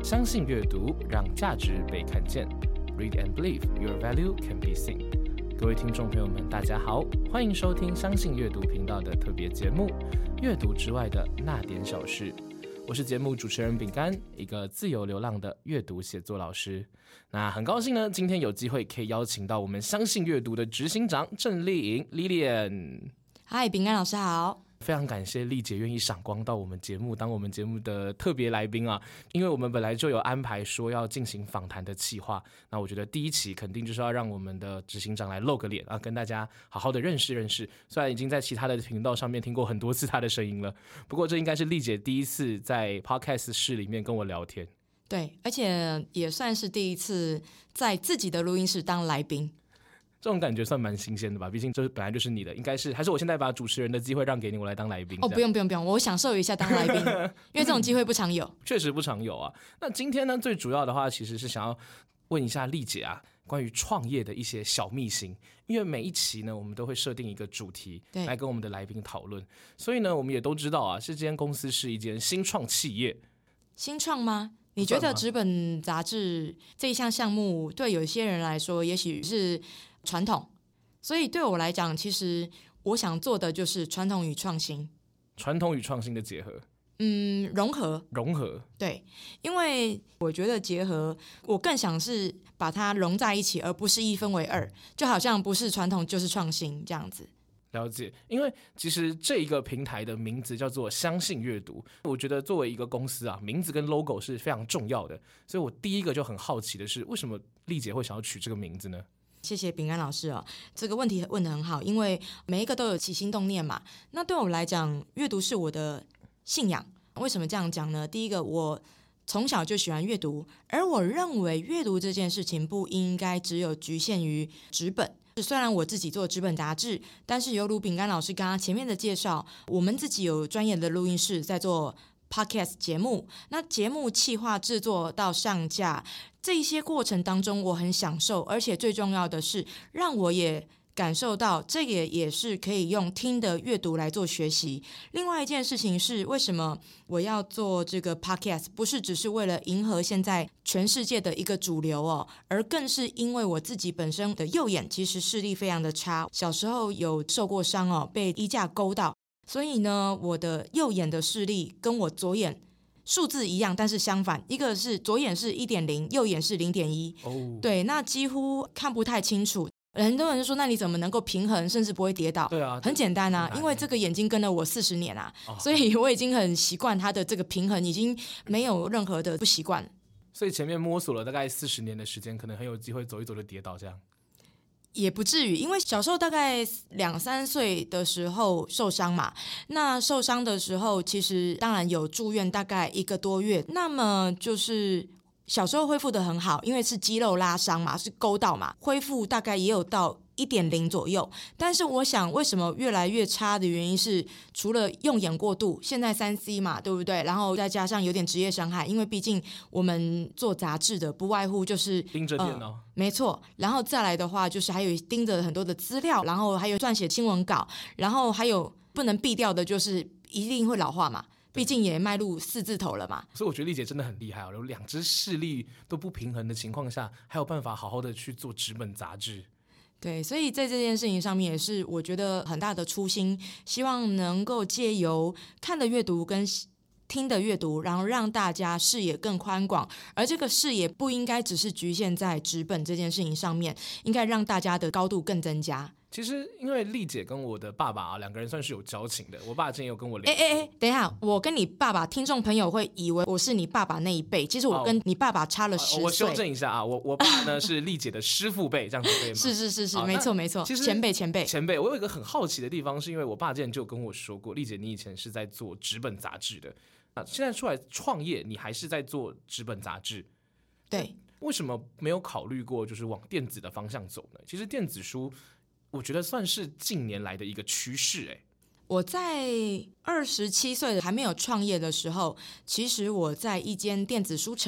相信阅读，让价值被看见。Read and believe your value can be seen。各位听众朋友们，大家好，欢迎收听相信阅读频道的特别节目《阅读之外的那点小事》。我是节目主持人饼干，一个自由流浪的阅读写作老师。那很高兴呢，今天有机会可以邀请到我们相信阅读的执行长郑丽颖 Lilian。 嗨，饼干老师好。 非常感谢丽姐愿意赏光到我们节目，当我们节目的特别来宾啊！因为我们本来就有安排说要进行访谈的企划，那我觉得第一期肯定就是要让我们的执行长来露个脸啊，跟大家好好的认识认识。虽然已经在其他的频道上面听过很多次他的声音了，不过这应该是丽姐第一次在 Podcast 室里面跟我聊天。 对，而且也算是第一次在自己的录音室当来宾。 这种感觉算蛮新鲜的吧，毕竟这本来就是你的，应该是还是我现在把主持人的机会让给你，我来当来宾。 哦，不用，我享受一下当来宾，因为这种机会不常有。 确实不常有啊。那今天呢，最主要的话其实是想要问一下丽姐啊，关于创业的一些小秘辛。因为每一期呢，我们都会设定一个主题来跟我们的来宾讨论，所以呢，我们也都知道啊，这间公司是一间新创企业。 新创吗？你觉得纸本杂志这一项目对有些人来说也许是传统，所以对我来讲，其实我想做的就是传统与创新。 传统与创新的结合。 融合。对，因为我觉得结合，我更想是把它融在一起，而不是一分为二，就好像不是传统就是创新这样子。 了解，因为其实这一个平台的名字叫做相信阅读，我觉得作为一个公司啊，名字跟 logo 是非常重要的，所以我第一个就很好奇的是，为什么丽姐会想要取这个名字呢？ 谢谢饼干老师哦，这个问题问得很好，因为每一个都有起心动念嘛。那对我来讲，阅读是我的信仰。为什么这样讲呢？第一个，我从小就喜欢阅读，而我认为阅读这件事情不应该只有局限于纸本。虽然我自己做纸本杂志，但是犹如饼干老师刚刚前面的介绍，我们自己有专业的录音室在做 podcast 节目，那节目企划制作到上架这一些过程当中我很享受，而且最重要的是让我也感受到这也是可以用听的阅读来做学习。另外一件事情是，为什么我要做这个 podcast， 不是只是为了迎合现在全世界的一个主流哦，而更是因为我自己本身的右眼其实视力非常的差，小时候有受过伤哦，被衣架勾到，所以呢，我的右眼的视力跟我左眼数字一样，但是相反，一个是左眼是 1.0， 右眼是 0.1、对，那几乎看不太清楚。很多人就说，那你怎么能够平衡甚至不会跌倒？ 对啊， 很简单啊，因为这个眼睛跟了我40年啊，所以我已经很习惯它的这个平衡，已经没有任何的不习惯。 所以前面摸索了大概40年的时间，可能很有机会走一走就跌倒这样。 也不至于，因为小时候大概2-3岁的时候受伤嘛，那受伤的时候其实当然有住院大概1个多月，那么就是小时候恢复得很好，因为是肌肉拉伤嘛，是勾到嘛，恢复大概也有到1.0左右。但是我想为什么越来越差的原因是，除了用眼过度，现在 3C 嘛，对不对？然后再加上有点职业伤害，因为毕竟我们做杂志的不外乎就是盯着电脑， 没错。然后再来的话，就是还有盯着很多的资料，然后还有撰写新闻稿，然后还有不能避掉的就是一定会老化嘛。毕竟也迈入4字头了嘛， 所以我觉得丽姐真的很厉害哦，有2只视力都不平衡的情况下，还有办法好好的去做纸本杂志。 对，所以在这件事情上面也是我觉得很大的初心，希望能够借由看的阅读跟听的阅读，然后让大家视野更宽广，而这个视野不应该只是局限在纸本这件事情上面，应该让大家的高度更增加。 其实因为丽姐跟我的爸爸2个人算是有交情的，我爸之前有跟我聊。 等一下，我跟你爸爸，听众朋友会以为我是你爸爸那一辈，其实我跟你爸爸差了10岁。 我修正一下啊，我爸呢是丽姐的师父辈，这样子对吗？ 是，没错，其实前辈。 我有一个很好奇的地方，是因为我爸之前就跟我说过，丽姐你以前是在做纸本杂志的，现在出来创业，你还是在做纸本杂志。 对， 为什么没有考虑过就是往电子的方向走呢？其实电子书我觉得算是近年来的一个趋势。 我在27岁还没有创业的时候，其实我在一间电子书城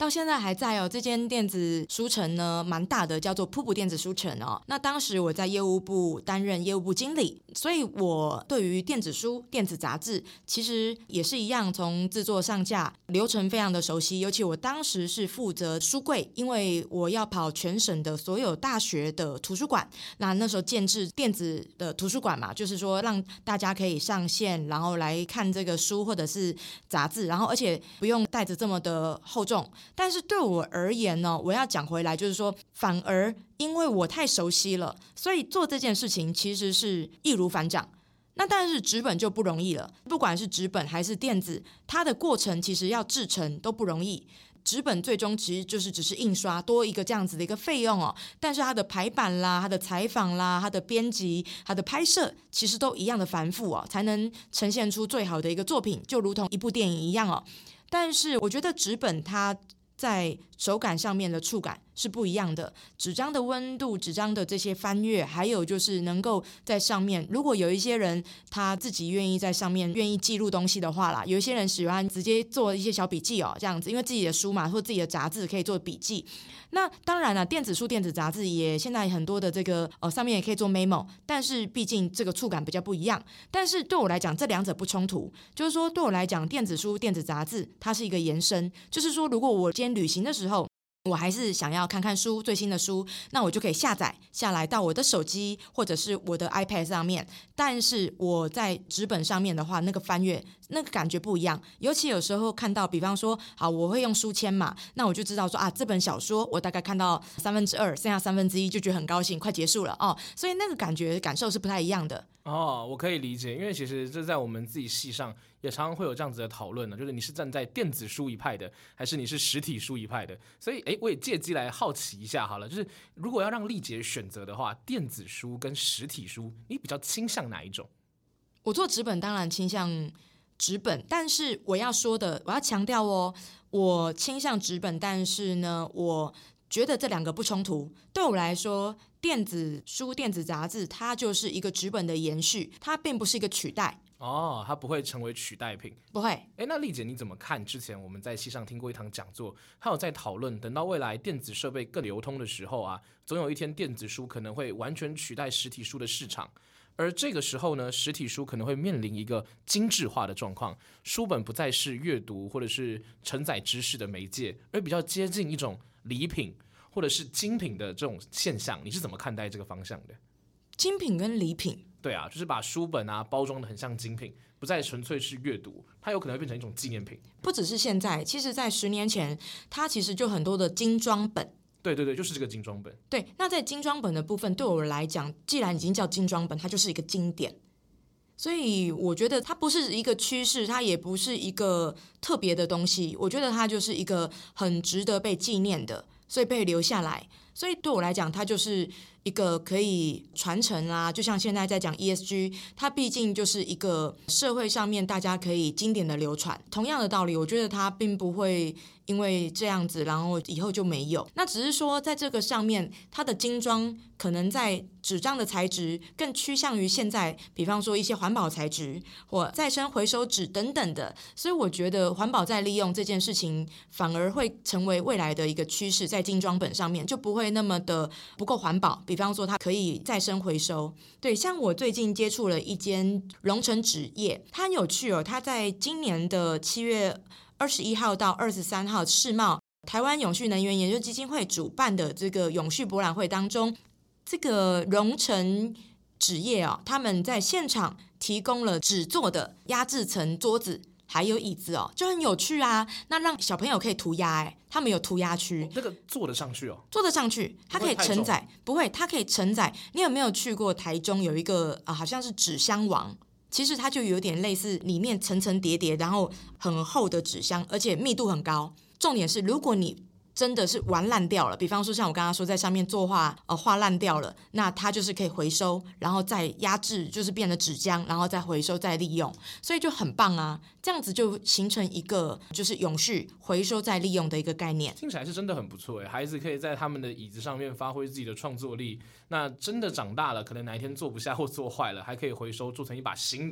到现在还在哦。这间电子书城呢，蛮大的，叫做瀑布电子书城哦。那当时我在业务部担任业务部经理，所以我对于电子书、电子杂志其实也是一样，从制作上架流程非常的熟悉。尤其我当时是负责书柜，因为我要跑全省的所有大学的图书馆，那时候建制电子的图书馆嘛，就是说让大家可以上线，然后来看这个书或者是杂志，然后而且不用带着这么的厚重。但是对我而言呢，我要讲回来，就是说反而因为我太熟悉了，所以做这件事情其实是易如反掌。那但是纸本就不容易了，不管是纸本还是电子，它的过程其实要制成都不容易。纸本最终其实就是只是印刷多一个这样子的一个费用哦，但是它的排版啦、它的采访啦、它的编辑、它的拍摄，其实都一样的繁复哦，才能呈现出最好的一个作品，就如同一部电影一样哦。但是我觉得纸本它在手感上面的触感是不一样的，纸张的温度、纸张的这些翻阅，还有就是能够在上面，如果有一些人他自己愿意在上面愿意记录东西的话啦，有一些人喜欢直接做一些小笔记哦，这样子，因为自己的书嘛或自己的杂志可以做笔记。那当然了，电子书、电子杂志也现在很多的这个上面也可以做 memo， 但是毕竟这个触感比较不一样。但是对我来讲，这两者不冲突，就是说对我来讲，电子书、电子杂志它是一个延伸，就是说如果我今天旅行的时候，我还是想要看看书，最新的书，那我就可以下载下来到我的手机或者是我的 iPad 上面。但是我在纸本上面的话，那个翻阅那个感觉不一样。尤其有时候看到，比方说，好，我会用书签嘛，那我就知道说啊，这本小说我大概看到2/3，剩下1/3就觉得很高兴，快结束了哦。所以那个感受是不太一样的。 哦，我可以理解，因为其实这在我们自己系上也常常会有这样子的讨论呢，就是你是站在电子书一派的，还是你是实体书一派的？所以，我也借机来好奇一下好了，就是如果要让丽姐选择的话，电子书跟实体书，你比较倾向哪一种？ 我做纸本当然倾向纸本，但是我要强调哦，我倾向纸本，但是呢，我觉得这两个不冲突。对我来说，电子书、电子杂志，它就是一个纸本的延续，它并不是一个取代。 哦，它不会成为取代品， 不会。 那丽姐你怎么看？之前我们在系上听过一堂讲座，还有在讨论，等到未来电子设备更流通的时候啊，总有一天电子书可能会完全取代实体书的市场。而这个时候呢，实体书可能会面临一个精致化的状况，书本不再是阅读或者是承载知识的媒介，而比较接近一种礼品或者是精品的这种现象。你是怎么看待这个方向的？ 精品跟礼品？ 对啊，就是把书本啊包装的很像精品，不再纯粹是阅读，它有可能会变成一种纪念品。 不只是现在，其实在10年前，它其实就很多的精装本。 对对对，就是这个精装本。 对，那在精装本的部分，对我来讲，既然已经叫精装本，它就是一个经典。所以我觉得它不是一个趋势，它也不是一个特别的东西。我觉得它就是一个很值得被纪念的，所以被留下来。所以对我来讲，它就是一个可以传承啊，就像现在在讲 ESG， 它毕竟就是一个社会上面大家可以经典的流传。同样的道理，我觉得它并不会因为这样子，然后以后就没有。那只是说，在这个上面，它的精装可能在纸张的材质更趋向于现在，比方说一些环保材质或再生回收纸等等的。所以我觉得环保再利用这件事情，反而会成为未来的一个趋势，在精装本上面就不会那么的不够环保。比方说，它可以再生回收。对，像我最近接触了一间荣成纸业，它很有趣哦。它在今年的7月21号到23号世贸台湾永续能源研究基金会主办的这个永续博览会当中，这个荣成纸业哦，他们在现场提供了纸做的压制层桌子还有椅子哦，就很有趣啊。那让小朋友可以涂鸦，他们有涂鸦区， 那个坐得上去哦， 坐得上去，它可以承载，不会，它可以承载。你有没有去过台中有一个好像是纸箱王？其实它就有点类似，里面层层叠叠，然后很厚的纸箱，而且密度很高。重点是，如果你真的是玩烂掉了，比方说像我刚刚说在上面作画画烂掉了，那它就是可以回收，然后再压制，就是变成纸浆，然后再回收再利用，所以就很棒啊。这样子就形成一个就是永续回收再利用的一个概念， 听起来是真的很不错耶。孩子可以在他们的椅子上面发挥自己的创作力，那真的长大了，可能哪一天坐不下或坐坏了，还可以回收做成一把新的。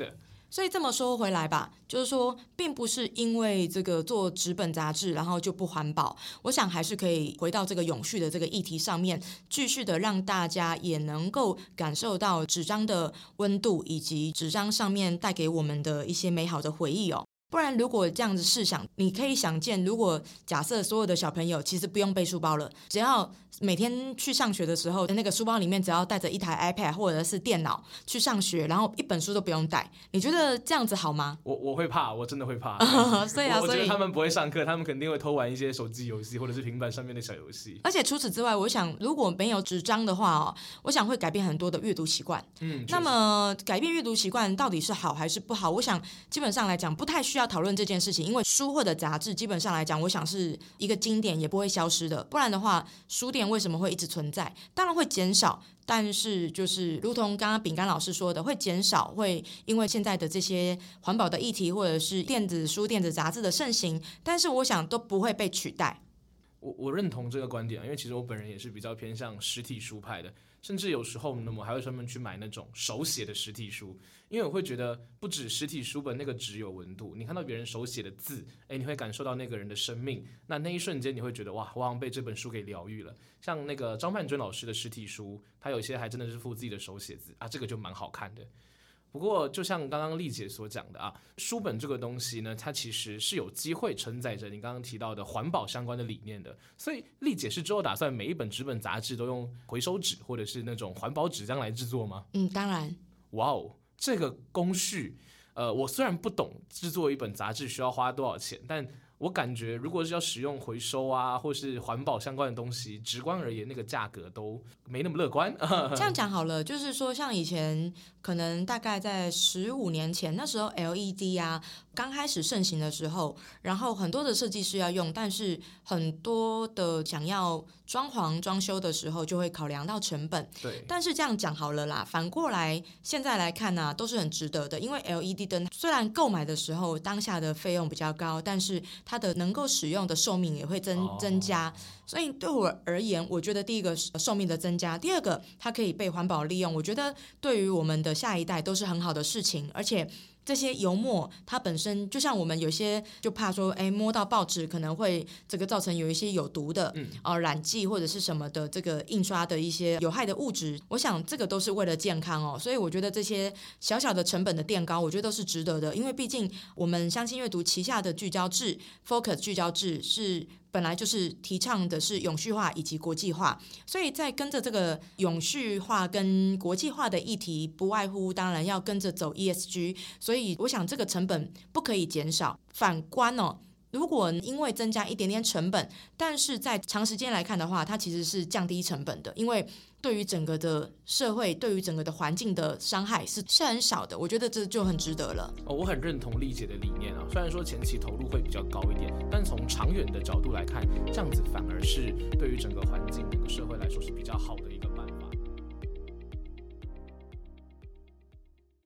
所以这么说回来吧，就是说，并不是因为这个做纸本杂志，然后就不环保。我想还是可以回到这个永续的这个议题上面，继续的让大家也能够感受到纸张的温度，以及纸张上面带给我们的一些美好的回忆哦。不然，如果这样子试想，你可以想见，如果假设所有的小朋友其实不用背书包了，只要每天去上学的时候，那个书包里面只要带着一台 iPad 或者是电脑去上学，然后一本书都不用带，你觉得这样子好吗？ 我会怕，我真的会怕。 所以啊， 我觉得他们不会上课，他们肯定会偷玩一些手机游戏或者是平板上面的小游戏。 而且除此之外，我想如果没有纸张的话哦，我想会改变很多的阅读习惯。那么改变阅读习惯到底是好还是不好？我想基本上来讲不太需要讨论这件事情，因为书或者杂志基本上来讲，我想是一个经典，也不会消失的。不然的话，书店为什么会一直存在？当然会减少，但是就是如同刚刚饼干老师说的，会减少，会因为现在的这些环保的议题，或者是电子书、电子杂志的盛行，但是我想都不会被取代。 我认同这个观点，因为其实我本人也是比较偏向实体书派的，甚至有时候呢，我还会专门去买那种手写的实体书，因为我会觉得不止实体书本那个纸有温度，你看到别人手写的字，你会感受到那个人的生命，那一瞬间你会觉得哇，我好像被这本书给疗愈了。像那个张曼娟老师的实体书，他有一些还真的是附自己的手写字啊，这个就蛮好看的。不过，就像刚刚丽姐所讲的啊，书本这个东西呢，它其实是有机会承载着你刚刚提到的环保相关的理念的。所以，丽姐是之后打算每一本纸本杂志都用回收纸或者是那种环保纸浆来制作吗？ 当然。 哇哦，这个工序，我虽然不懂制作一本杂志需要花多少钱，但我感觉如果是要使用回收啊，或是环保相关的东西，直观而言，那个价格都没那么乐观。 这样讲好了，就是说像以前可能大概在15年前，那时候 LED 啊刚开始盛行的时候，然后很多的设计师要用，但是很多的想要装潢装修的时候就会考量到成本。 对。 但是这样讲好了啦，反过来现在来看啊，都是很值得的，因为 LED 灯虽然购买的时候当下的费用比较高，但是它的能够使用的寿命也会增加，所以对我而言，我觉得第一个寿命的增加，第二个它可以被环保利用，我觉得对于我们的下一代都是很好的事情。而且这些油墨它本身就像我们有些就怕说摸到报纸可能会这个造成有一些有毒的染剂或者是什么的这个印刷的一些有害的物质，我想这个都是为了健康哦。所以我觉得这些小小的成本的垫高，我觉得都是值得的，因为毕竟我们相信阅读旗下的聚焦制 Focus 聚焦制是本来就是提倡的是永续化以及国际化，所以在跟着这个永续化跟国际化的议题，不外乎当然要跟着走 ESG， 所以我想这个成本不可以减少。反观如果因为增加一点点成本，但是在长时间来看的话，它其实是降低成本的，因为对于整个的社会，对于整个的环境的伤害是很少的，我觉得这就很值得了。 我很认同丽姐的理念啊，虽然说前期投入会比较高一点，但从长远的角度来看，这样子反而是对于整个环境、整个社会来说是比较好